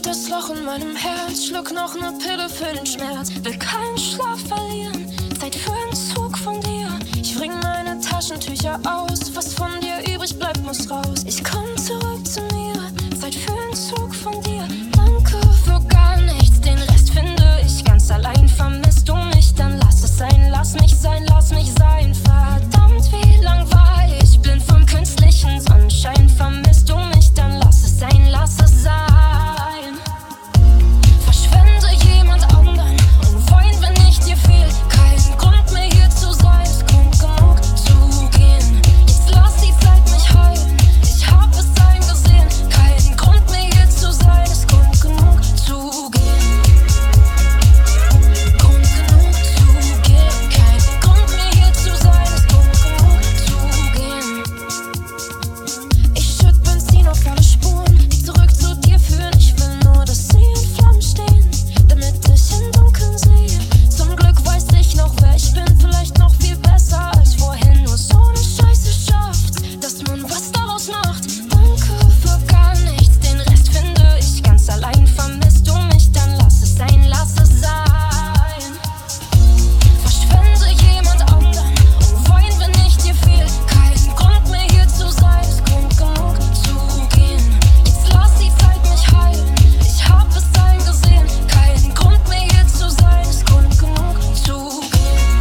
das Loch in meinem Herz, schluck noch ne Pille für den Schmerz. Will keinen Schlaf verlieren, Zeit für Entzug von dir. Ich bring meine Taschentücher aus, was von dir übrig bleibt, muss raus. Ich komm zurück zu mir, Zeit für Entzug von dir. Danke für gar nichts, den Rest finde ich ganz allein. Vermisst du mich, dann lass es sein, lass mich sein, lass mich sein. Verdammt, wie lang war ich blind vom künstlichen Sonnenschein. Vermisst du mich, dann lass es sein, lass es sein. Verschwende jemand anderen und wein, wenn ich dir fehl. Kein Grund mehr hier zu sein, ist Grund genug zu gehen. Jetzt lass die Zeit mich heilen, ich hab es eingesehen. Kein Grund mehr hier zu sein, ist Grund genug zu gehen. Grund genug zu gehen. Kein Grund mehr hier zu sein, ist Grund genug zu gehen. Ich schütt Benzin auf alle Spuren, die zurück zu dir führen. Ich will nur, dass sie in Flammen stehen, damit ich im Dunkeln sehe. Zum Glück weiß ich noch, wer ich bin, vielleicht noch viel besser als vorhin. Nur so eine Scheiße schafft, dass man was daraus macht. Danke für gar nichts, den Rest finde ich ganz allein. Vermisst du mich, dann lass es sein, lass es sein. Verschwende jemand anderen und wein, wenn ich dir fehl. Kein Grund mehr hier zu sein, ist Grund genug zu gehen. Jetzt lass die Zeit mich heilen, ich hab es eingesehen. Kein Grund mehr hier zu sein, ist Grund genug zu gehen.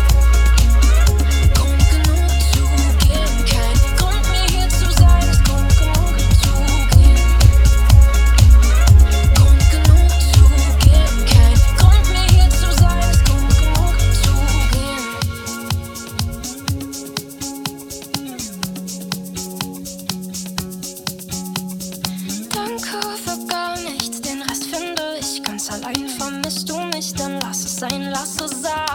Grund genug zu gehen. Kein Grund mehr hier zu sein, ist Grund genug zu gehen. Grund genug zu gehen. Kein Grund mehr hier zu sein, ist Grund genug zu gehen. Danke für gar nichts, den Rest finde ich ganz allein. Vermisst du mich, dann lass es sein, lass es sein.